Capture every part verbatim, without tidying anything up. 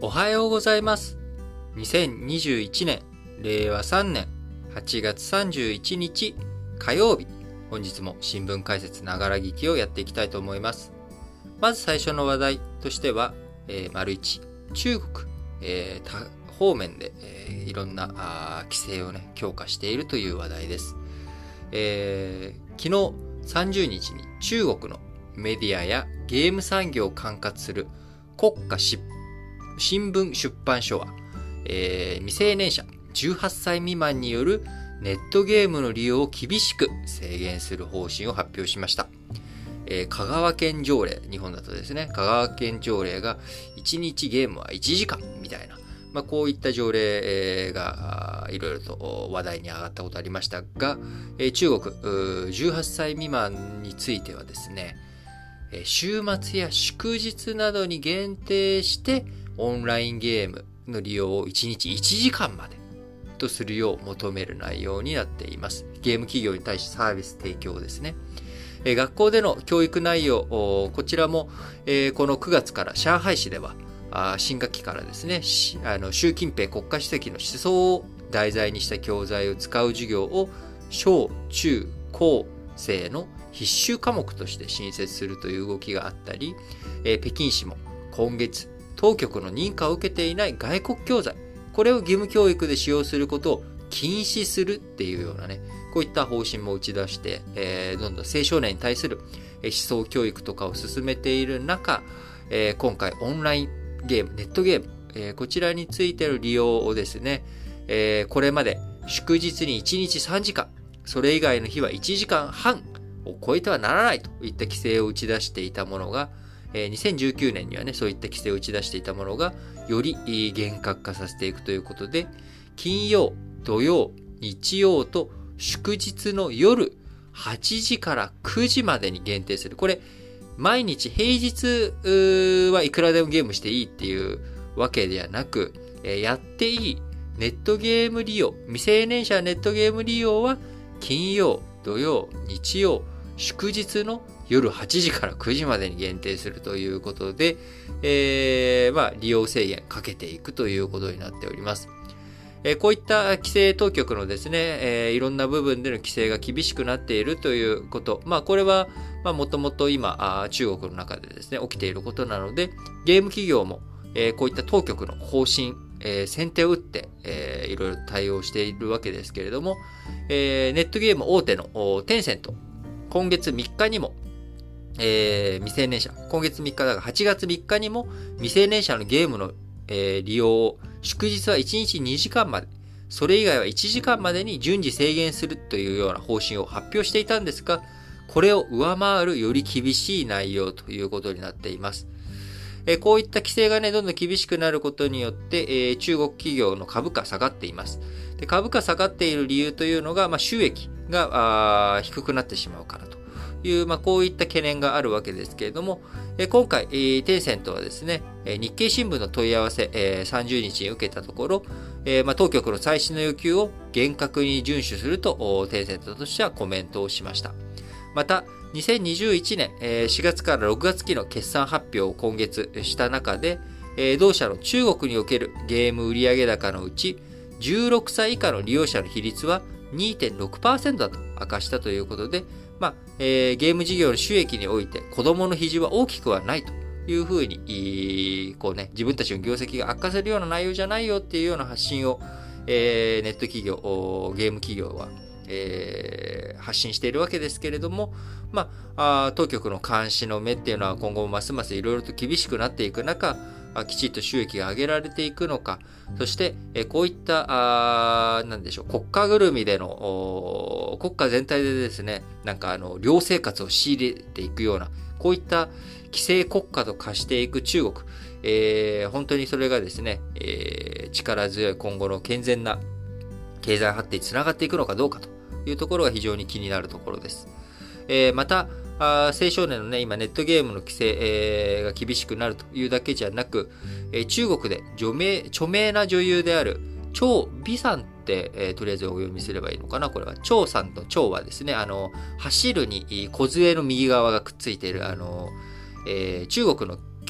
おはようございます。にせんにじゅういちねんれいわさんねんはちがつさんじゅういちにち火曜日、本日も新聞解説ながら聞きをやっていきたいと思います。まず最初の話題としては、えー、丸一、中国、えー、多方面で、えー、いろんなあ規制をね強化しているという話題です。えー、昨日さんじゅうにちに中国のメディアやゲーム産業を管轄する国家新聞出版所は、えー、未成年者じゅうはっさい未満によるネットゲームの利用を厳しく制限する方針を発表しました。えー、香川県条例、日本だとですね、香川県条例がいちにちゲームはいちじかんみたいな、まあ、こういった条例がいろいろと話題に上がったことありましたが、えー、中国じゅうはっさい未満についてはですね、週末や祝日などに限定してオンラインゲームの利用をいちにちいちじかんまでとするよう求める内容になっています。ゲーム企業に対してサービス提供ですね。学校での教育内容、こちらもこのくがつから上海市では新学期からですね、あの習近平国家主席の思想を題材にした教材を使う授業を小中高生の必修科目として新設するという動きがあったり、えー、北京市も今月当局の認可を受けていない外国教材、これを義務教育で使用することを禁止するっていうようなね、こういった方針も打ち出して、えー、どんどん青少年に対する思想教育とかを進めている中、えー、今回オンラインゲーム、ネットゲーム、えー、こちらについての利用をですね、えー、これまで祝日にいちにちさんじかん、それ以外の日はいちじかんはんを超えてはならないといった規制を打ち出していたものが、えー、にせんじゅうきゅうねんにはね、そういった規制を打ち出していたものが、より厳格化させていくということで、金曜、土曜、日曜と祝日の夜はちじからくじまでに限定する。これ、毎日平日はいくらでもゲームしていいっていうわけではなく、えー、やっていいネットゲーム利用、未成年者ネットゲーム利用は金曜、土曜、日曜、祝日の夜はちじからくじまでに限定するということで、えー、まあ利用制限かけていくということになっております。えー、こういった規制当局のですね、えー、いろんな部分での規制が厳しくなっているということ。まあこれは、まあもともと今、中国の中でですね、起きていることなので、ゲーム企業も、えー、こういった当局の方針、えー、先手を打って、えー、いろいろ対応しているわけですけれども、えー、ネットゲーム大手のテンセント、今月みっかにも、えー、未成年者、今月みっかだからはちがつみっかにも未成年者のゲームの、えー、利用を祝日はいちにちにじかんまで、それ以外はいちじかんまでに順次制限するというような方針を発表していたんですが、これを上回るより厳しい内容ということになっています。えー、こういった規制がね、どんどん厳しくなることによって、えー、中国企業の株価下がっています。で、株価下がっている理由というのが、まあ、収益が低くなってしまうからという、まあ、こういった懸念があるわけですけれども、えー、今回、えー、テンセントはですね、えー、日経新聞の問い合わせ、えー、さんじゅうにちに受けたところ、えーまあ、当局の最新の要求を厳格に遵守すると、テンセントとしてはコメントをしました。また、にせんにじゅういちねんしがつからろくがつ期の決算発表を今月した中で、同社の中国におけるゲーム売上高のうちじゅうろくさい以下の利用者の比率は にてんろくパーセント だと明かしたということで、まあえー、ゲーム事業の収益において子供の比重は大きくはないというふうに、こうね、自分たちの業績が悪化するような内容じゃないよっていうような発信を、えー、ネット企業、ゲーム企業はえー、発信しているわけですけれども、まあ、あ当局の監視の目っていうのは今後もますますいろいろと厳しくなっていく中、あきちっと収益が上げられていくのか、そして、えこういったあなんでしょう、国家ぐるみでの国家全体でですね、なんかあの寮生活を強いれていくような、こういった規制国家と化していく中国、えー、本当にそれがですね、えー、力強い今後の健全な経済発展につながっていくのかどうかというところが非常に気になるところです。えー、また、青少年のね、今ネットゲームの規制、えー、が厳しくなるというだけじゃなく、えー、中国で著名、著名な女優である張美さんって、えー、とりあえずお読みすればいいのかな、これは。張さんと張はですね、あの、走るに小杖の右側がくっついている、あの、えー、中国の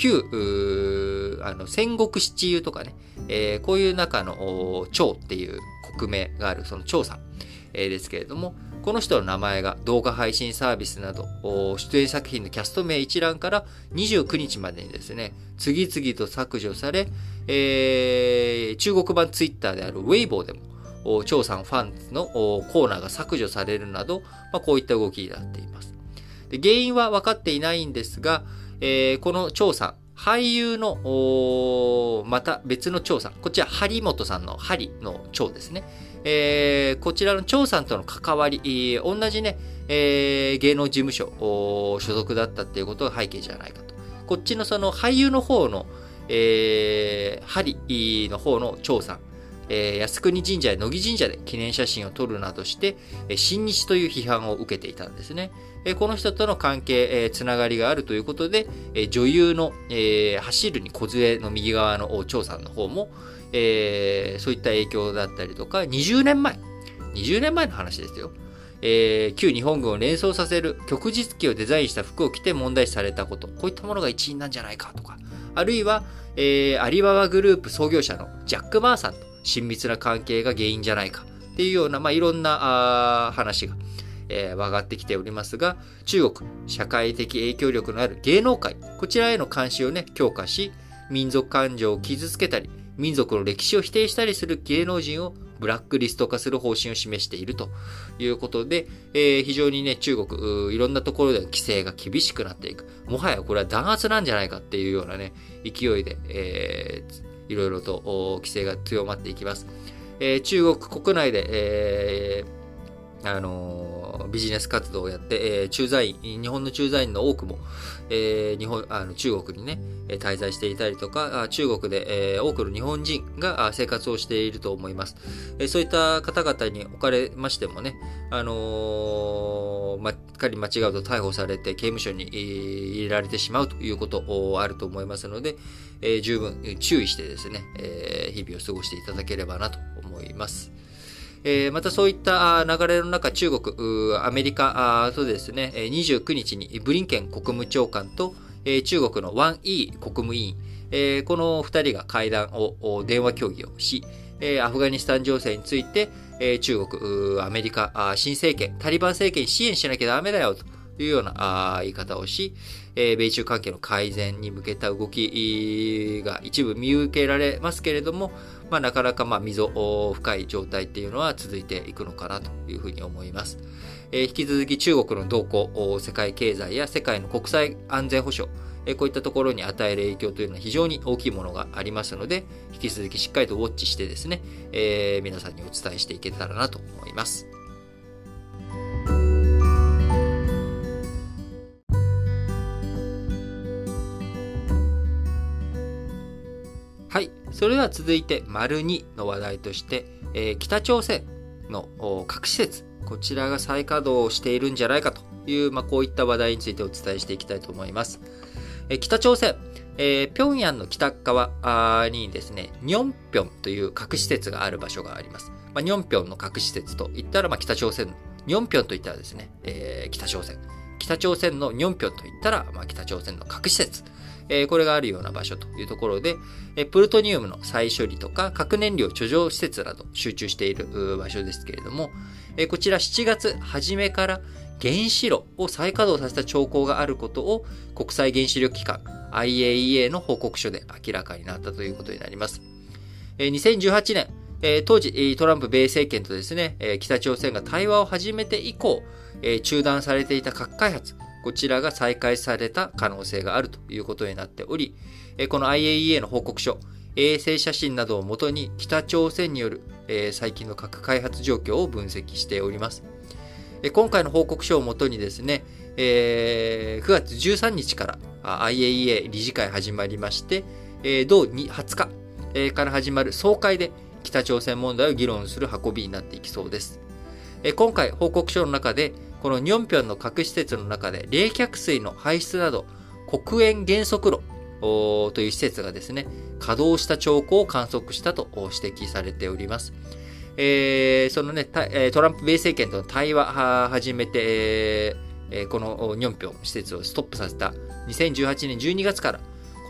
旧、あの、戦国七雄とかね、えー、こういう中の張っていう国名がある、その張さん、えー、ですけれども、この人の名前が動画配信サービスなど、出演作品のキャスト名一覧からにじゅうくにちまでにですね、次々と削除され、えー、中国版ツイッターであるウェイボーでも、張さんファンのコーナーが削除されるなど、まあ、こういった動きになっています。で、原因は分かっていないんですが、えー、この張さん、俳優の、また別の張さん、こちら、張本さんの張の張ですね。えー、こちらの張さんとの関わり、えー、同じね、えー、芸能事務所所属だったっていうことが背景じゃないかと。こっちのその俳優の方の、えー、張の方の張さん、えー、靖国神社や乃木神社で記念写真を撮るなどして、えー、親日という批判を受けていたんですね。えー、この人との関係、えー、つながりがあるということで、えー、女優の、えー、走るに小杖の右側の張さんの方も、えー、そういった影響だったりとか、にじゅうねんまえ、にじゅうねんまえの話ですよ。えー、旧日本軍を連想させる旭日旗をデザインした服を着て問題視されたこと、こういったものが一因なんじゃないかとか、あるいは、えー、アリババグループ創業者のジャック・マーさんと親密な関係が原因じゃないかっていうような、まあ、いろんなあ話が、えー、上がってきておりますが、中国、社会的影響力のある芸能界、こちらへの監視をね、強化し、民族感情を傷つけたり、民族の歴史を否定したりする芸能人をブラックリスト化する方針を示しているということで、えー、非常にね、中国、いろんなところで規制が厳しくなっていく。もはやこれは弾圧なんじゃないかっていうようなね、勢いで、えー、いろいろと規制が強まっていきます。えー、中国国内で、えーあのビジネス活動をやって、えー、駐在員、日本の駐在員の多くも、えー、日本、あの中国にね、滞在していたりとか、中国で、えー、多くの日本人が生活をしていると思います。えー、そういった方々におかれましてもね、あのー、ま、仮に間違うと逮捕されて刑務所に、えー、入れられてしまうということあると思いますので、えー、十分注意してですね、えー、日々を過ごしていただければなと思います。えー、またそういった流れの中、中国、アメリカとですね、にじゅうくにちにブリンケン国務長官と中国のワン・イー国務委員、えー、このふたりが会談を、電話協議をし、アフガニスタン情勢について、中国、アメリカ、新政権、タリバン政権支援しなきゃダメだよというような言い方をし、米中関係の改善に向けた動きが一部見受けられますけれども、まあ、なかなかまあ溝深い状態っていうのは続いていくのかなというふうに思います。えー、引き続き中国の動向、世界経済や世界の国際安全保障、えー、こういったところに与える影響というのは非常に大きいものがありますので、引き続きしっかりとウォッチしてですね、えー、皆さんにお伝えしていけたらなと思います。はい。それでは続いて、丸にの話題として、えー、北朝鮮の核施設、こちらが再稼働しているんじゃないかという、まあ、こういった話題についてお伝えしていきたいと思います。えー、北朝鮮、えー、平壌の北側にですね、ニョンピョンという核施設がある場所があります。まあ、ニョンピョンの核施設といったら、まあ、北朝鮮の、ニョンピョンといったらですね、えー、北朝鮮。北朝鮮のニョンピョンといったら、まあ、北朝鮮の核施設。えー、これがあるような場所というところで、えー、プルトニウムの再処理とか核燃料貯蔵施設など集中している場所ですけれども、えー、こちらしちがつ初めから原子炉を再稼働させた兆候があることを国際原子力機関 アイエーイーエー の報告書で明らかになったということになります。えー、にせんじゅうはちねん、えー、当時トランプ米政権とですね、えー、北朝鮮が対話を始めて以降、えー、中断されていた核開発、こちらが再開された可能性があるということになっており、この アイエーイーエー の報告書、衛星写真などをもとに北朝鮮による最近の核開発状況を分析しております。今回の報告書をもとにですね、くがつじゅうさんにちから アイエーイーエー 理事会始まりまして、同はつかから始まる総会で北朝鮮問題を議論する運びになっていきそうです。今回報告書の中でこのニョンピョンの核施設の中で冷却水の排出など黒煙減速炉という施設がですね、稼働した兆候を観測したと指摘されております。えー、そのね、トランプ米政権との対話を始めて、えー、このニョンピョン施設をストップさせたにせんじゅうはちねんじゅうにがつから今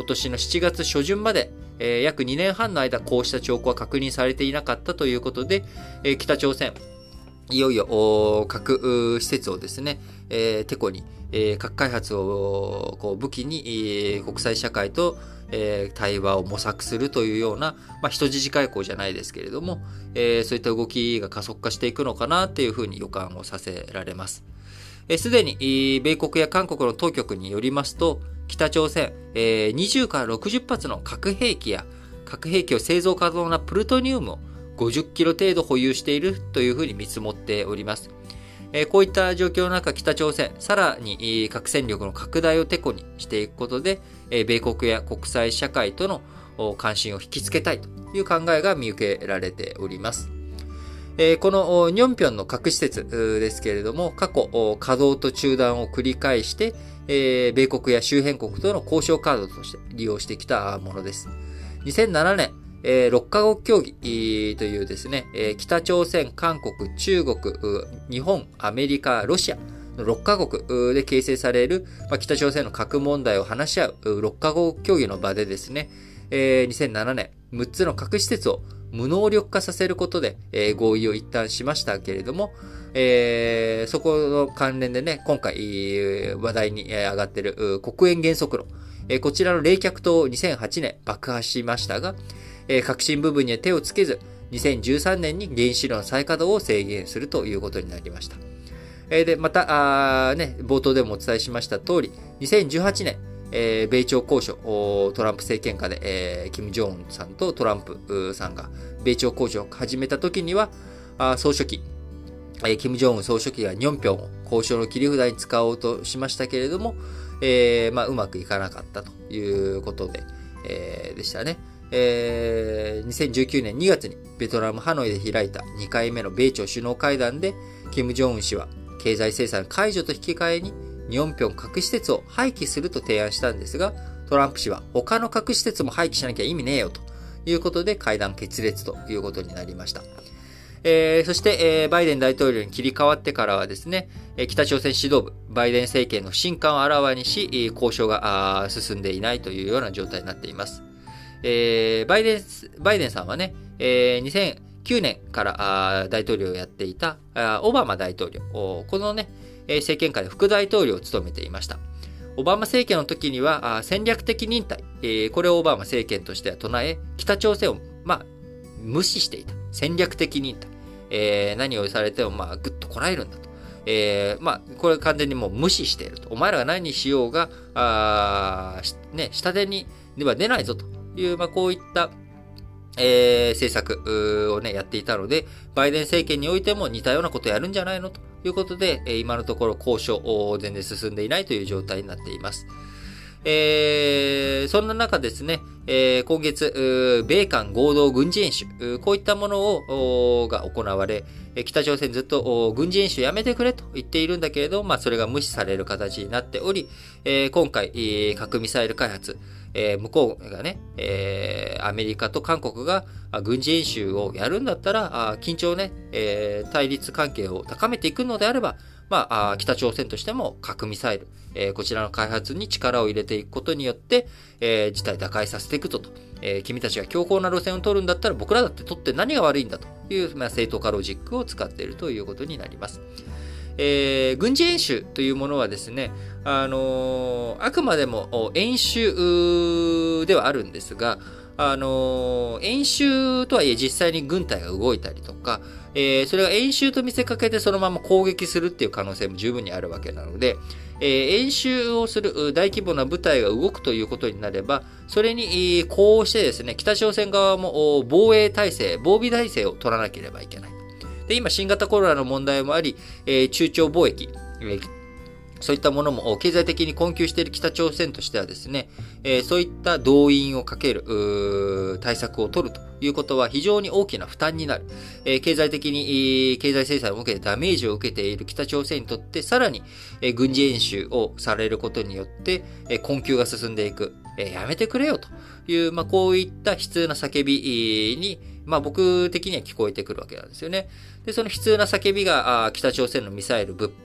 今年のしちがつしょじゅんまで、えー、約にねんはんの間、こうした兆候は確認されていなかったということで、えー、北朝鮮、いよいよ核施設をですね、えー、テコに、えー、核開発をこう武器に、えー、国際社会と、えー、対話を模索するというような、まあ、人質外交じゃないですけれども、えー、そういった動きが加速化していくのかなっていうふうに予感をさせられます。すでに米国や韓国の当局によりますと、北朝鮮、えー、にじゅうからろくじゅっぱつの核兵器や核兵器を製造可能なプルトニウムをごじゅっキロ程度保有しているというふうに見積もっております。えー、こういった状況の中、北朝鮮、さらに核戦力の拡大をテコにしていくことで、えー、米国や国際社会との関心を引きつけたいという考えが見受けられております。えー、このニョンピョンの核施設ですけれども、過去稼働と中断を繰り返して、えー、米国や周辺国との交渉カードとして利用してきたものです。にせんななねん、えー、ろっかこく協議というですね、えー、北朝鮮、韓国、中国、日本、アメリカ、ロシアのろっかこくで形成される、まあ、北朝鮮の核問題を話し合うろっかこく協議の場でですね、えー、にせんななねん、むっつの核施設を無能力化させることで、えー、合意を一旦しましたけれども、えー、そこの関連でね、今回話題に上がっている国営原則論、えー、こちらの冷却塔をにせんはちねん爆破しましたが、えー、革新部分には手をつけず、にせんじゅうさんねんに原子炉の再稼働を制限するということになりました。えー、で、また、あね、冒頭でもお伝えしました通り、にせんじゅうはちねん、えー、米朝交渉、トランプ政権下で、えー、キム・ジョンウンさんとトランプさんが米朝交渉を始めた時には、あ総書記、えー、キム・ジョンウン総書記がニョンピョンを交渉の切り札に使おうとしましたけれども、えーまあ、うまくいかなかったということで、えー、でしたね。えー、にせんじゅうきゅうねんにがつにベトナム・ハノイで開いたにかいめの米朝首脳会談で、キム・ジョンウン氏は経済制裁の解除と引き換えに、ニョンピョン核施設を廃棄すると提案したんですが、トランプ氏は他の核施設も廃棄しなきゃ意味ねえよということで会談決裂ということになりました。えー、そして、えー、バイデン大統領に切り替わってからはですね、北朝鮮指導部、バイデン政権の不信感をあらわにし、交渉が進んでいないというような状態になっています。えー、バイデン、バイデンさんはね、えー、にせんきゅうねんから大統領をやっていたオバマ大統領、このね、政権下で副大統領を務めていました。オバマ政権の時には戦略的忍耐、これをオバマ政権としては唱え、北朝鮮を、まあ、無視していた。戦略的忍耐。えー、何をされても、まあ、ぐっとこらえるんだと。えー、まあ、これ完全にもう無視していると。お前らが何しようが、あね、下手にでは出ないぞという、まあ、こういった、えー、政策をね、やっていたので、バイデン政権においても似たようなことをやるんじゃないのということで、今のところ交渉全然進んでいないという状態になっています。えー、そんな中ですね、えー、今月、米韓合同軍事演習、こういったものをが行われ、北朝鮮ずっと軍事演習やめてくれと言っているんだけれど、まあ、それが無視される形になっており、えー、今回、核ミサイル開発、えー、向こうがね、えー、アメリカと韓国が軍事演習をやるんだったら、緊張ね、えー、対立関係を高めていくのであれば、まあ、北朝鮮としても核ミサイル、えー、こちらの開発に力を入れていくことによって、えー、事態打開させていくとと、えー、君たちが強硬な路線を取るんだったら僕らだって取って何が悪いんだという、まあ、正当化ロジックを使っているということになります。えー、軍事演習というものはですね、あのー、あくまでも演習ではあるんですが、あのー、演習とはいえ実際に軍隊が動いたりとか、えー、それが演習と見せかけてそのまま攻撃するっていう可能性も十分にあるわけなので、えー、演習をする大規模な部隊が動くということになれば、それにこうしてですね、北朝鮮側も防衛体制、防備体制を取らなければいけない。で、今、新型コロナの問題もあり、えー、中朝貿易、えー、そういったものも経済的に困窮している北朝鮮としてはですね、えー、そういった動員をかける対策を取るということは非常に大きな負担になる。えー、経済的に、経済制裁を受けてダメージを受けている北朝鮮にとって、さらに、えー、軍事演習をされることによって、えー、困窮が進んでいく。えー、やめてくれよという、まあ、こういった悲痛な叫びに、まあ、僕的には聞こえてくるわけなんですよね。で、その悲痛な叫びが、北朝鮮のミサイル、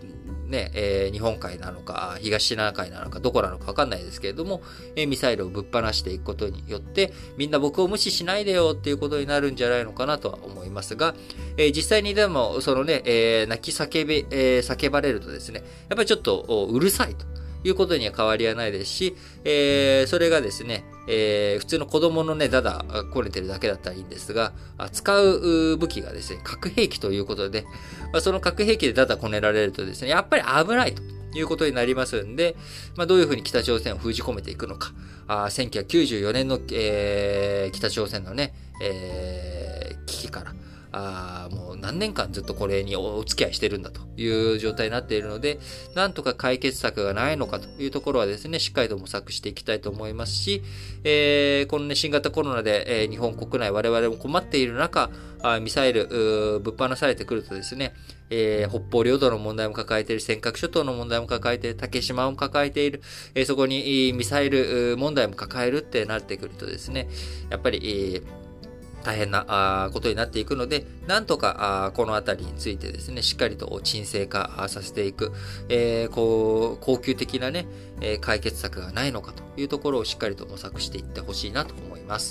ね、えー、日本海なのか、東シナ海なのか、どこなのかわかんないですけれども、えー、ミサイルをぶっ放していくことによって、みんな僕を無視しないでよっていうことになるんじゃないのかなとは思いますが、えー、実際にでも、そのね、えー、泣き叫べ、えー、叫ばれるとですね、やっぱりちょっとうるさいということには変わりはないですし、えー、それがですね、えー、普通の子供のね、ダダこねてるだけだったらいいんですが、使う武器がですね、核兵器ということで、まあ、その核兵器でダダこねられるとですね、やっぱり危ないということになりますんで、まあ、どういうふうに北朝鮮を封じ込めていくのか、あせんきゅうひゃくきゅうじゅうよねんの、えー、北朝鮮のね、えー、危機から、あもう何年間ずっとこれにお付き合いしてるんだという状態になっているので、なんとか解決策がないのかというところはですね、しっかりと模索していきたいと思いますし、えー、このね、新型コロナで、えー、日本国内我々も困っている中、あミサイルぶっ放されてくるとですね、えー、北方領土の問題も抱えている、尖閣諸島の問題も抱えている、竹島も抱えている、えー、そこにミサイル問題も抱えるってなってくるとですね、やっぱり、えー大変なことになっていくので、なんとかこのあたりについてですね、しっかりと沈静化させていく、えー、こう恒久的なね、解決策がないのかというところをしっかりと模索していってほしいなと思います。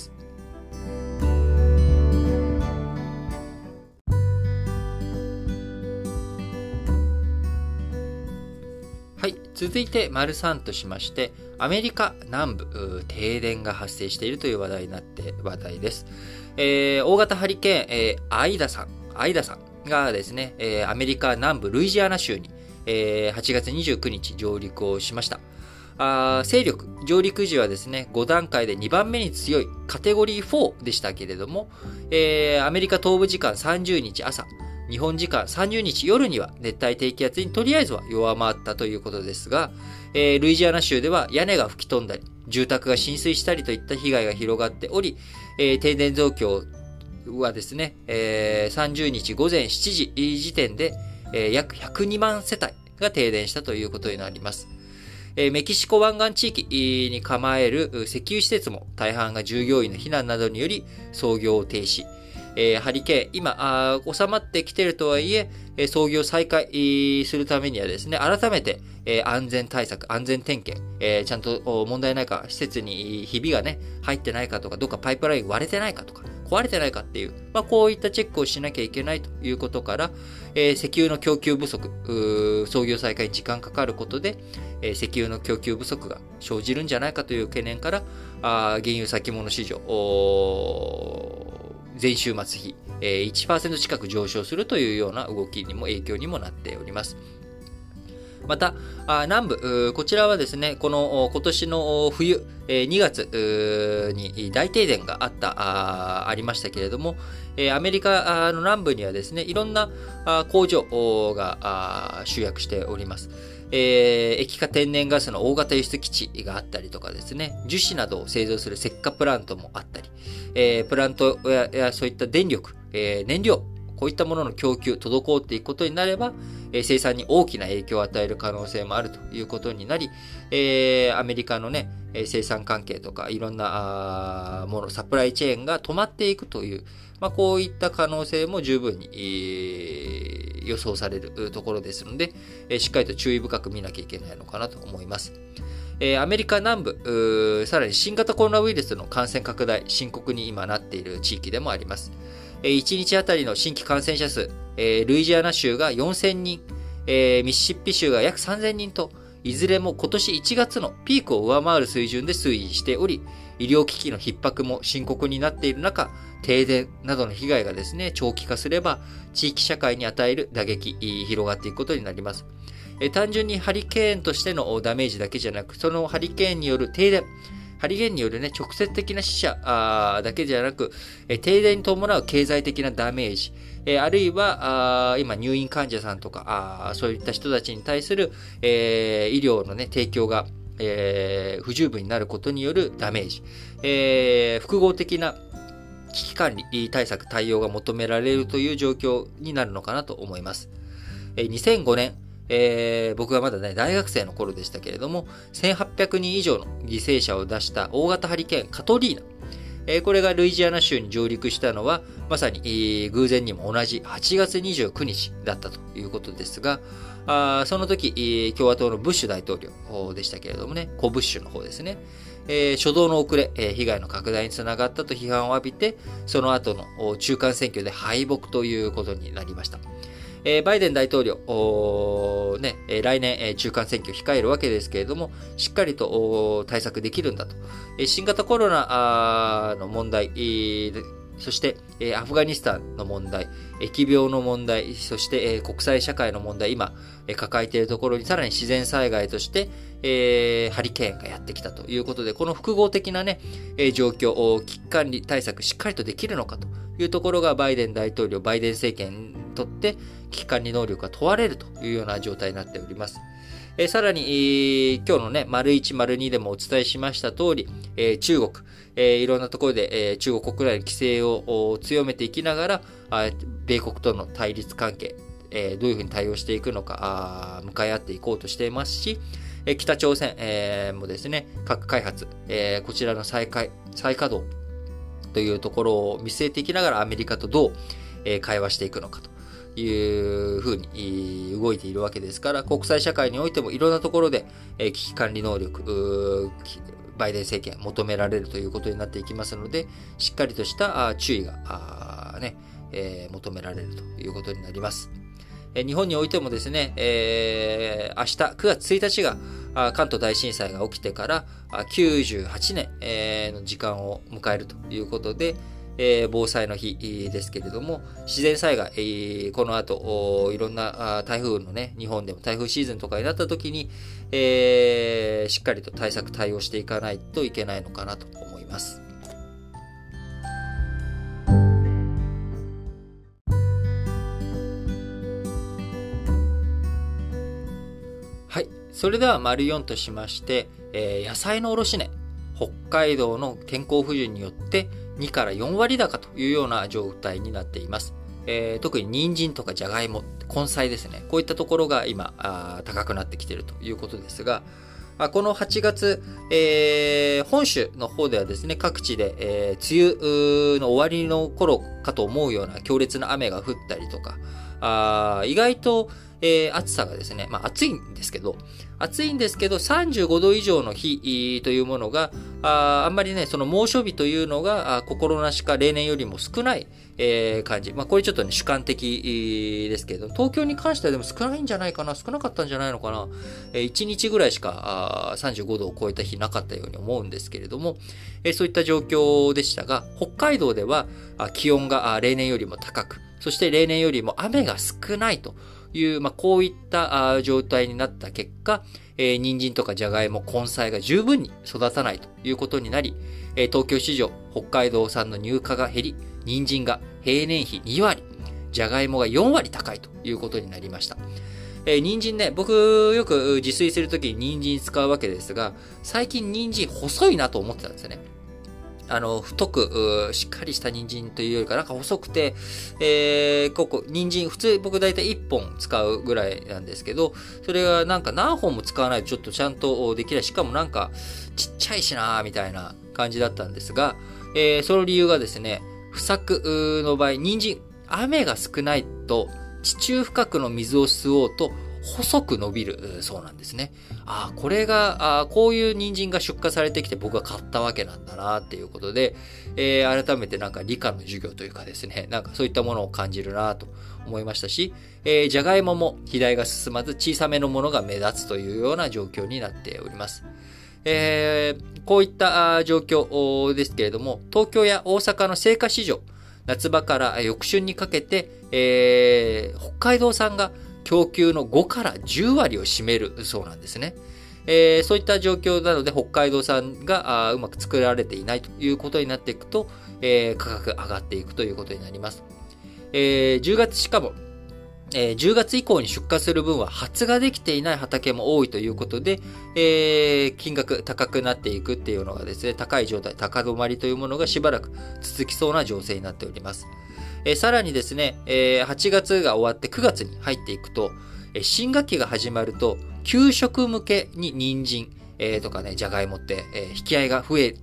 はい。続いて、丸さんとしまして、アメリカ南部、停電が発生しているという話題になって、話題です。えー、大型ハリケーン、えー、アイダさん、アイダさんがですね、えー、アメリカ南部ルイジアナ州に、えー、はちがつにじゅうくにち上陸をしました。あ勢力、上陸時はですね、ごだんかいでにばんめに強いカテゴリーフォーでしたけれども、えー、アメリカ東部時間さんじゅうにち朝、日本時間さんじゅうにち夜には熱帯低気圧にとりあえずは弱まったということですが、えー、ルイジアナ州では屋根が吹き飛んだり、住宅が浸水したりといった被害が広がっており、えー、停電状況はですね、えー、さんじゅうにちごぜんしちじ時点で、えー、約ひゃくにまんせたいが停電したということになります。えー、メキシコ湾岸地域に構える石油施設も大半が従業員の避難などにより操業を停止。えー、ハリケーン、今あ、収まってきているとはいえ、えー、操業再開するためにはですね、改めて、えー、安全対策、安全点検、えー、ちゃんと問題ないか、施設にひびがね、入ってないかとか、どっかパイプライン割れてないかとか、壊れてないかっていう、まあ、こういったチェックをしなきゃいけないということから、えー、石油の供給不足、操業再開に時間かかることで、えー、石油の供給不足が生じるんじゃないかという懸念から、あ原油先物市場、前週末比、えー、いちパーセント 近く上昇するというような動きにも影響にもなっております。また、南部、こちらはですね、この今年の冬、にがつに大停電があった、あ、ありましたけれども、アメリカの南部にはですね、いろんな工場が集約しております。えー、液化天然ガスの大型輸出基地があったりとかですね、樹脂などを製造する石化プラントもあったり、えー、プラントや、やそういった電力、えー、燃料、こういったものの供給、滞っていくことになれば、えー、生産に大きな影響を与える可能性もあるということになり、えー、アメリカのね、生産関係とかいろんなもの、サプライチェーンが止まっていくという、まあ、こういった可能性も十分に、えー、予想されるところですので、えー、しっかりと注意深く見なきゃいけないのかなと思います。えー、アメリカ南部、さらに新型コロナウイルスの感染拡大、深刻に今なっている地域でもあります。えー、いちにちあたりの新規感染者数、えー、ルイジアナ州がよんせんにん、えー、ミシシッピ州が約さんぜんにんと、いずれも今年いちがつのピークを上回る水準で推移しており、医療機器の逼迫も深刻になっている中、停電などの被害がですね、長期化すれば、地域社会に与える打撃、広がっていくことになります。え単純にハリケーンとしてのダメージだけじゃなく、そのハリケーンによる停電、ハリケーンによるね、直接的な死者だけじゃなく、え停電に伴う経済的なダメージ、えあるいはあ今入院患者さんとかあそういった人たちに対する、えー、医療のね、提供が、えー、不十分になることによるダメージ、えー、複合的な危機管理対策対応が求められるという状況になるのかなと思います。えー、にせんごねん、えー、僕がまだね、大学生の頃でしたけれども、せんはっぴゃくにん以上の犠牲者を出した大型ハリケーンカトリーナ。 えー、これがルイジアナ州に上陸したのは、まさに、えー、偶然にも同じはちがつにじゅうくにちだったということですが、あその時、えー、共和党のブッシュ大統領でしたけれどもね、コブッシュの方ですね。えー、初動の遅れ、えー、被害の拡大につながったと批判を浴びて、その後の中間選挙で敗北ということになりました。えー、バイデン大統領、ね、来年中間選挙を控えるわけですけれども、しっかりと対策できるんだと。新型コロナの問題、そしてアフガニスタンの問題、疫病の問題、そして国際社会の問題、今抱えているところにさらに自然災害として、えー、ハリケーンがやってきたということで、この複合的なね、状況、危機管理対策しっかりとできるのかというところがバイデン大統領、バイデン政権にとって危機管理能力が問われるというような状態になっております。えー、さらに、えー、今日のね、丸いち、丸にでもお伝えしました通り、えー、中国、えー、いろんなところで、えー、中国国内の規制を強めていきながら、あ米国との対立関係、えー、どういうふうに対応していくのか、あ向かい合っていこうとしていますし、えー、北朝鮮、えー、もですね、核開発、えー、こちらの再開、再稼働というところを見据えていきながらアメリカとどう、えー、会話していくのかというふうに動いているわけですから、国際社会においてもいろんなところで、えー、危機管理能力、バイデン政権求められるということになっていきますので、しっかりとした注意が、ねえー、求められるということになります。えー、日本においてもですね、えー、明日くがつついたちが関東大震災が起きてからきゅうじゅうはちねん、えー、の時間を迎えるということで、えー、防災の日ですけれども、自然災害、えー、この後いろんな台風のね、日本でも台風シーズンとかになった時に、えー、しっかりと対策対応していかないといけないのかなと思います。はい、それでは丸よんとしまして、えー、野菜の卸値、北海道の天候不順によってにからよんわり高というような状態になっています。えー、特に人参とかじゃがいも、根菜ですね。こういったところが今あ高くなってきているということですが、このはちがつ、えー、本州の方ではですね、各地で、えー、梅雨の終わりの頃かと思うような強烈な雨が降ったりとか、あ意外と、えー、暑さがですね、まあ暑いんですけど、暑いんですけどさんじゅうごど以上の日というものが、あ, あんまりね、その猛暑日というのが心なしか例年よりも少ない、えー、感じ。まあこれちょっとね、主観的ですけど、東京に関してはでも少ないんじゃないかな、少なかったんじゃないのかな。えー、いちにちぐらいしかあさんじゅうごどを超えた日なかったように思うんですけれども、えー、そういった状況でしたが、北海道ではあ気温があ例年よりも高く、そして例年よりも雨が少ないという、まあ、こういった状態になった結果、えー、人参とかじゃがいも、根菜が十分に育たないということになり、えー、東京市場、北海道産の入荷が減り、人参が平年比にわり、じゃがいもがよんわり高いということになりました。えー、人参ね、僕よく自炊するときに人参使うわけですが、最近人参細いなと思ってたんですよね。あの、太く、しっかりした人参というよりか、なんか細くて、えー、ここ、人参、普通僕だいたいいっぽん使うぐらいなんですけど、それがなんか何本も使わないとちょっとちゃんとできない。しかもなんか、ちっちゃいしなーみたいな感じだったんですが、えー、その理由がですね、不作の場合、人参、雨が少ないと、地中深くの水を吸おうと、細く伸びるそうなんですね。ああ、これが、あこういう人参が出荷されてきて僕が買ったわけなんだなっていうことで、えー、改めてなんか理科の授業というかですね、なんかそういったものを感じるなと思いましたし、えー、じゃがいもも肥大が進まず小さめのものが目立つというような状況になっております。えー、こういった状況ですけれども、東京や大阪の青果市場、夏場から翌春にかけて、えー、北海道産が供給のごからじゅうわりを占めるそうなんですね。えー、そういった状況なので北海道産がうまく作られていないということになっていくと、えー、価格上がっていくということになります。えー、じゅうがつしかも、えー、じゅうがつ以降に出荷する分は発芽できていない畑も多いということで、えー、金額高くなっていくっていうのがですね、高い状態、高止まりというものがしばらく続きそうな情勢になっております。えー、さらにですね、えー、はちがつが終わってくがつに入っていくと、えー、新学期が始まると、給食向けに人参、えー、とかね、じゃがいもって、えー、引き合いが増えると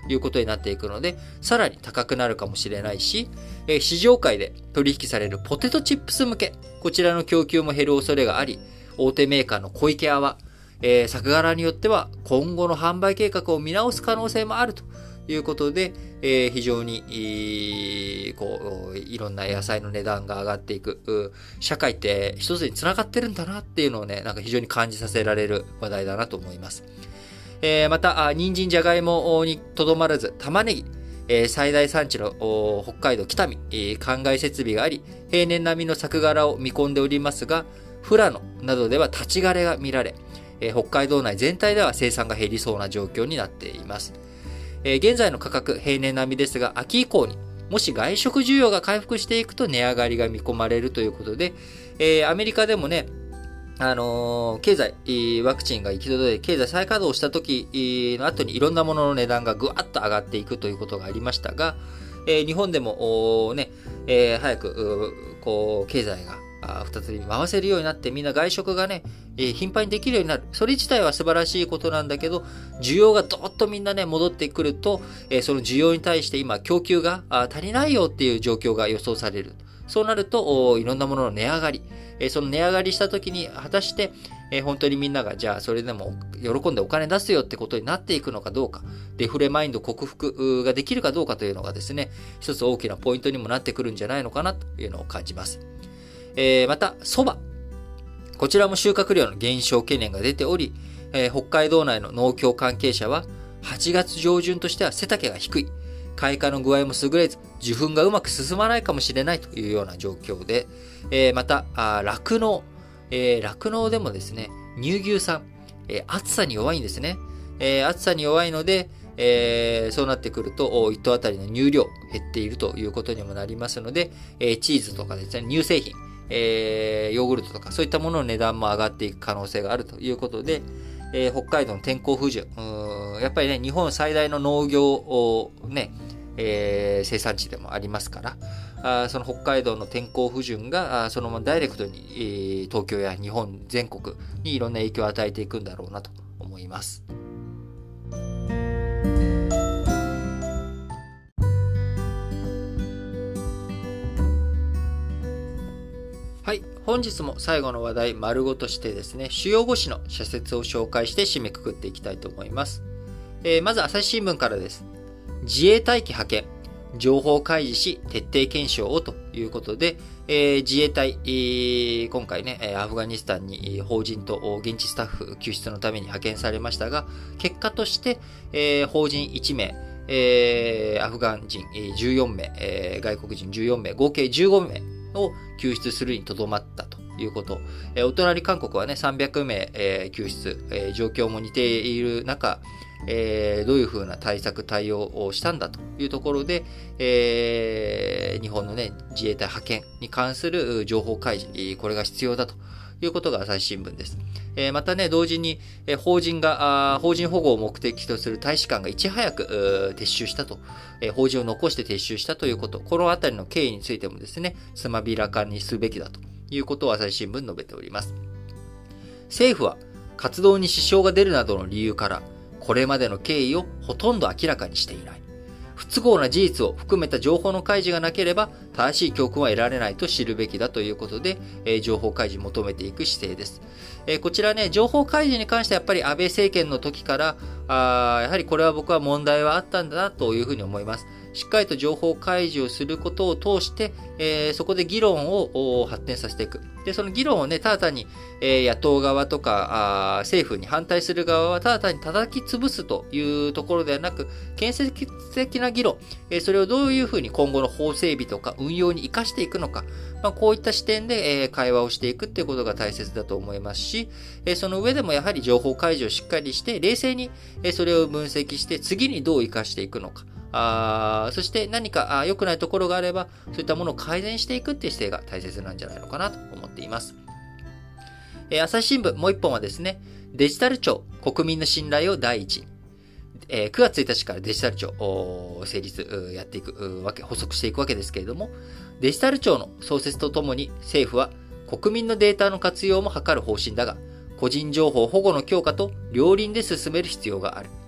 いうことになっていくので、さらに高くなるかもしれないし、えー、市場界で取引されるポテトチップス向け、こちらの供給も減る恐れがあり、大手メーカーの小池屋は、えー、作柄によっては今後の販売計画を見直す可能性もあるということで、えー、非常に、えー、こう、いろんな野菜の値段が上がっていく。社会って一つに繋がってるんだなっていうのをね、なんか非常に感じさせられる話題だなと思います。えー、また、人参、じゃがいもにとどまらず、玉ねぎ、えー、最大産地の北海道北見、えー、灌漑設備があり、平年並みの作柄を見込んでおりますが、富良野などでは立ち枯れが見られ、えー、北海道内全体では生産が減りそうな状況になっています。えー、現在の価格、平年並みですが、秋以降にもし外食需要が回復していくと値上がりが見込まれるということで、えー、アメリカでもね、あのー、経済、ワクチンが行き届いて、経済再稼働した時の後にいろんなものの値段がぐわっと上がっていくということがありましたが、えー、日本でも、ね、えー、早く、こう、経済が再び回せるようになって、みんな外食がね、えー、頻繁にできるようになる。それ自体は素晴らしいことなんだけど、需要がどーっとみんなね、戻ってくると、えー、その需要に対して今、供給が足りないよっていう状況が予想される。そうなると、いろんなものの値上がり。えー、その値上がりした時に、果たして、えー、本当にみんなが、じゃあ、それでも喜んでお金出すよってことになっていくのかどうか。デフレマインド克服ができるかどうかというのがですね、一つ大きなポイントにもなってくるんじゃないのかなというのを感じます。えー、また、蕎麦。こちらも収穫量の減少懸念が出ており、えー、北海道内の農協関係者は、はちがつ上旬としては背丈が低い。開花の具合も優れず、受粉がうまく進まないかもしれないというような状況で、えー、また、酪農。えー、酪農でもですね、乳牛さん、えー、暑さに弱いんですね。えー、暑さに弱いので、えー、そうなってくると、いっ頭あたりの乳量減っているということにもなりますので、えー、チーズとかですね、乳製品、えー、ヨーグルトとかそういったものの値段も上がっていく可能性があるということで、えー、北海道の天候不順、うーんやっぱりね、日本最大の農業をね、えー、生産地でもありますから、あその北海道の天候不順が、あそのままダイレクトに、えー、東京や日本全国にいろんな影響を与えていくんだろうなと思います。はい。本日も最後の話題丸ごとしてですね、主要ご紙の社説を紹介して締めくくっていきたいと思います。えー、まず朝日新聞からです。自衛隊機派遣、情報開示し徹底検証をということで、えー、自衛隊、えー、今回ね、アフガニスタンに邦人と現地スタッフ救出のために派遣されましたが、結果として、えー、邦人いちめい、えー、アフガン人じゅうよんめい、えー、外国人じゅうよんめい、合計じゅうごめいを救出するにとどまったということ。えー、お隣韓国はね、さんびゃくめい、えー、救出、えー、状況も似ている中、えー、どういうふうな対策対応をしたんだというところで、えー、日本のね、自衛隊派遣に関する情報開示、これが必要だということが朝日新聞です。えー、またね、同時に、えー、法人が、法人保護を目的とする大使館がいち早く撤収したと、えー、法人を残して撤収したということ、このあたりの経緯についてもですね、つまびらかにすべきだということを朝日新聞述べております。政府は活動に支障が出るなどの理由から、これまでの経緯をほとんど明らかにしていない。不都合な事実を含めた情報の開示がなければ正しい教訓は得られないと知るべきだということで、えー、情報開示を求めていく姿勢です。えー、こちらね、情報開示に関してはやっぱり安倍政権の時から、あやはりこれは僕は問題はあったんだなというふうに思います。しっかりと情報開示をすることを通して、えー、そこで議論を発展させていく。で、その議論をね、ただ単に、えー、野党側とかあ政府に反対する側はただ単に叩き潰すというところではなく、建設的な議論、えー、それをどういうふうに今後の法整備とか運用に生かしていくのか、まあ、こういった視点で、えー、会話をしていくっていうことが大切だと思いますし、えー、その上でもやはり情報開示をしっかりして、冷静に、えー、それを分析して、次にどう生かしていくのか。あそして何か良くないところがあれば、そういったものを改善していくっていう姿勢が大切なんじゃないのかなと思っています。えー、朝日新聞もう一本はですね、デジタル庁、国民の信頼を第一に。えー、くがつついたちからデジタル庁を成立やっていくわけ、補足していくわけですけれども、デジタル庁の創設とともに政府は国民のデータの活用も図る方針だが、個人情報保護の強化と両輪で進める必要がある。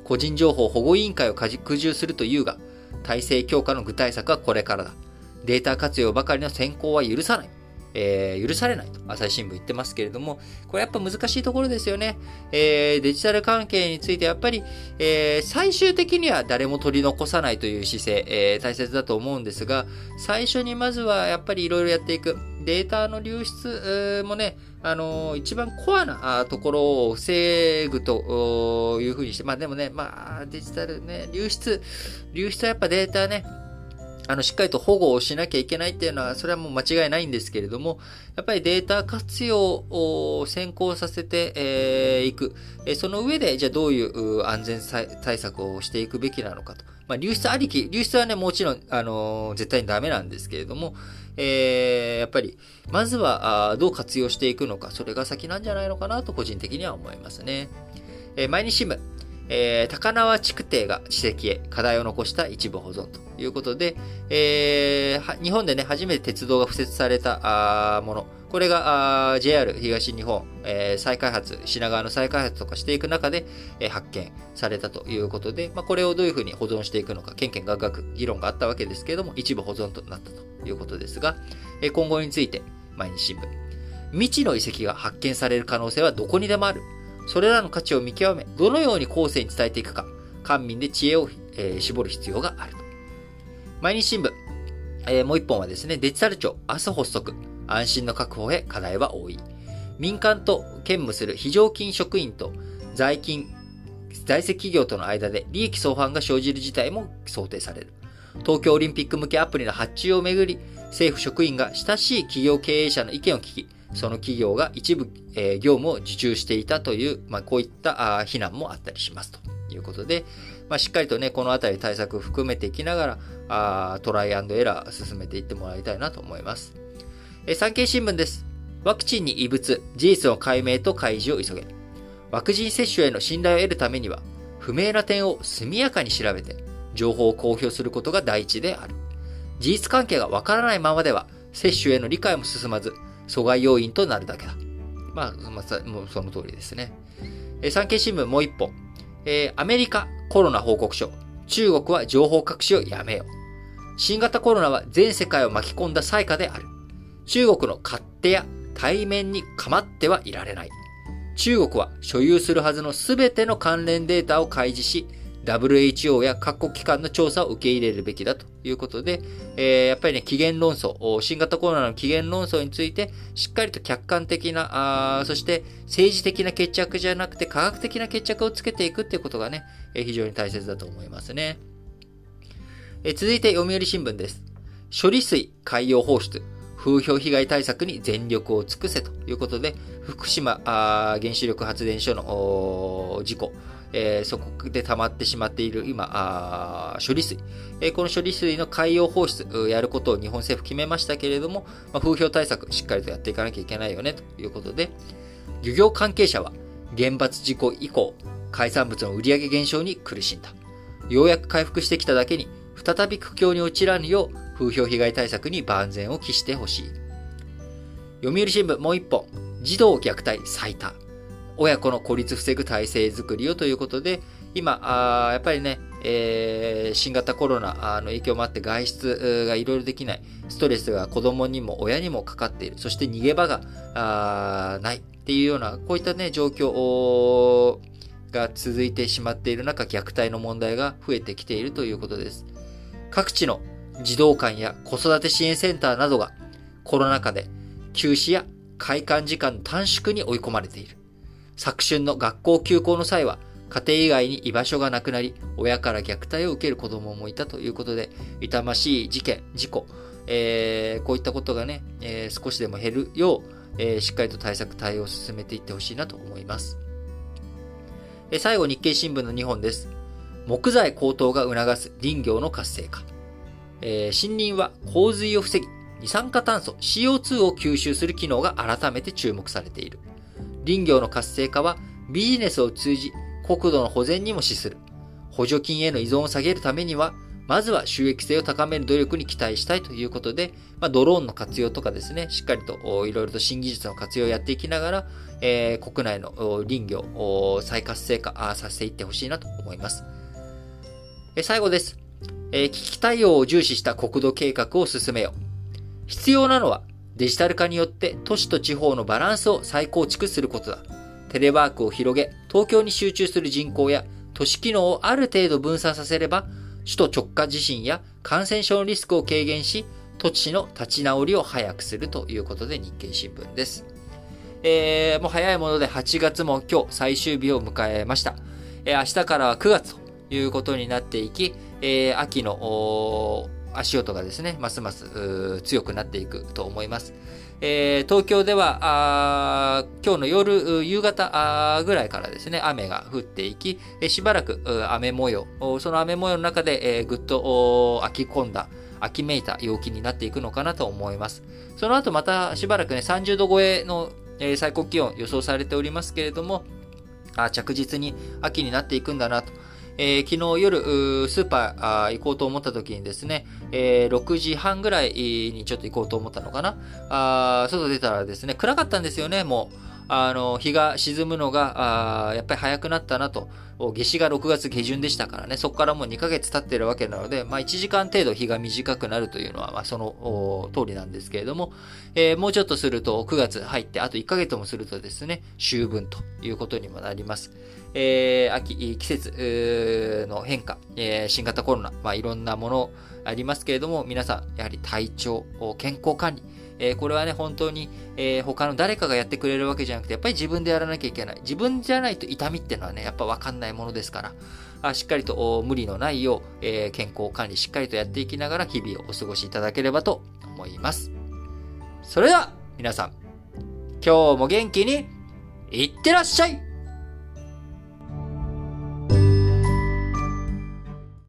個人情報保護委員会を拡充するというが、体制強化の具体策はこれからだ。データ活用ばかりの先行は許さない。えー、許されないと朝日新聞言ってますけれども、これやっぱ難しいところですよね。えー、デジタル関係についてやっぱり、えー、最終的には誰も取り残さないという姿勢、えー、大切だと思うんですが、最初にまずはやっぱりいろいろやっていく。データの流出もね、あのー、一番コアなところを防ぐというふうにして、まあでもね、まあデジタルね、流出、流出はやっぱデータね、あの、しっかりと保護をしなきゃいけないっていうのは、それはもう間違いないんですけれども、やっぱりデータ活用を先行させてい、えー、く。その上で、じゃあどういう安全対策をしていくべきなのかと。まあ、流出ありき、流出はね、もちろん、あのー、絶対にダメなんですけれども、えー、やっぱり、まずは、どう活用していくのか、それが先なんじゃないのかなと、個人的には思いますね。えー、毎日新聞。えー、高輪築堤が地石へ課題を残した一部保存ということで、えー、日本でね、初めて鉄道が敷設されたもの。これが ジェイアール 東日本、えー、再開発、品川の再開発とかしていく中で、えー、発見されたということで、まあ、これをどういうふうに保存していくのか、けんけんがくがく議論があったわけですけれども、一部保存となったということですが、えー、今後について、毎日新聞。未知の遺跡が発見される可能性はどこにでもある。それらの価値を見極め、どのように後世に伝えていくか、官民で知恵を、えー、絞る必要があると。毎日新聞、えー、もう一本はですね、デジタル庁、明日発足、安心の確保へ課題は多い。民間と兼務する非常勤職員と在勤、在籍企業との間で利益相反が生じる事態も想定される。東京オリンピック向けアプリの発注をめぐり、政府職員が親しい企業経営者の意見を聞き、その企業が一部、えー、業務を受注していたという、まあ、こういったあ非難もあったりしますということで、まあ、しっかりとね、このあたり対策を含めていきながら、あトライアンドエラー進めていってもらいたいなと思います。えー、産経新聞です。ワクチンに異物、事実の解明と開示を急げ。ワクチン接種への信頼を得るためには、不明な点を速やかに調べて、情報を公表することが第一である。事実関係がわからないままでは、接種への理解も進まず、阻害要因となるだけだ。まあ、まあ、もうその通りですね。えー、産経新聞もう一本。えー、アメリカコロナ報告書。中国は情報隠しをやめよう。新型コロナは全世界を巻き込んだ災禍である。中国の勝手や対面に構ってはいられない。中国は所有するはずのすべての関連データを開示し、ダブリューエイチオー や各国機関の調査を受け入れるべきだということで、えー、やっぱりね、起源論争、新型コロナの起源論争について、しっかりと客観的な、あそして政治的な決着じゃなくて科学的な決着をつけていくっていうことがね、えー、非常に大切だと思いますね。えー、続いて読売新聞です。処理水海洋放出、風評被害対策に全力を尽くせということで、福島あ原子力発電所の事故、えー、そこで溜まってしまっている今、あ処理水、えー。この処理水の海洋放出、やることを日本政府決めましたけれども、まあ、風評対策しっかりとやっていかなきゃいけないよね、ということで、漁業関係者は原発事故以降、海産物の売上減少に苦しんだ。ようやく回復してきただけに、再び苦境に陥らぬよう、風評被害対策に万全を期してほしい。読売新聞もう一本、児童虐待最多。親子の孤立防ぐ体制づくりをということで、今、あやっぱりね、えー、新型コロナの影響もあって外出がいろいろできない。ストレスが子供にも親にもかかっている。そして逃げ場があないっていうような、こういったね、状況が続いてしまっている中、虐待の問題が増えてきているということです。各地の児童館や子育て支援センターなどがコロナ禍で休止や開館時間の短縮に追い込まれている。昨春の学校休校の際は、家庭以外に居場所がなくなり、親から虐待を受ける子供もいたということで、痛ましい事件、事故、えー、こういったことがね、えー、少しでも減るよう、えー、しっかりと対策、対応を進めていってほしいなと思います。えー、最後、日経新聞のにほんです。木材高騰が促す林業の活性化。えー、森林は洪水を防ぎ、二酸化炭素 シーオーツー を吸収する機能が改めて注目されている。林業の活性化はビジネスを通じ国土の保全にも資する。補助金への依存を下げるためにはまずは収益性を高める努力に期待したいということで、まあ、ドローンの活用とかですね、しっかりといろいろと新技術の活用をやっていきながら、えー、国内の林業を再活性化させていってほしいなと思います。えー、最後です、えー。危機対応を重視した国土計画を進めよう。必要なのはデジタル化によって都市と地方のバランスを再構築することだ。テレワークを広げ、東京に集中する人口や都市機能をある程度分散させれば、首都直下地震や感染症のリスクを軽減し、土地の立ち直りを早くするということで日経新聞です。えー、もう早いものではちがつも今日最終日を迎えました。えー、明日からはくがつということになっていき、えー、秋の足音がですね、ますます強くなっていくと思います。えー、東京ではあ今日の夜、夕方ぐらいからですね、雨が降っていき、えー、しばらく雨模様、その雨模様の中で、えー、ぐっと秋込んだ、秋めいた陽気になっていくのかなと思います。その後またしばらくね、さんじゅうど超えの、えー、最高気温予想されておりますけれども、あ着実に秋になっていくんだなと。えー、昨日夜、スーパー行こうと思った時にですね、えー、ろくじはんぐらいにちょっと行こうと思ったのかな。あ外出たらですね、暗かったんですよね、もう。あの、日が沈むのが、あやっぱり早くなったなと。夏至がろくがつ下旬でしたからね、そこからもうにかげつ経ってるわけなので、まあいちじかん程度日が短くなるというのは、まあその通りなんですけれども、えー、もうちょっとするとくがつ入って、あといっかげつもするとですね、秋分ということにもなります。えー、秋、季節の変化、えー、新型コロナ、まあいろんなものありますけれども、皆さん、やはり体調、健康管理、えー、これはね、本当に、えー、他の誰かがやってくれるわけじゃなくて、やっぱり自分でやらなきゃいけない。自分じゃないと痛みっていうのはね、やっぱ分かんないものですから、あしっかりと無理のないよう、えー、健康管理しっかりとやっていきながら、日々をお過ごしいただければと思います。それでは、皆さん、今日も元気に、いってらっしゃい。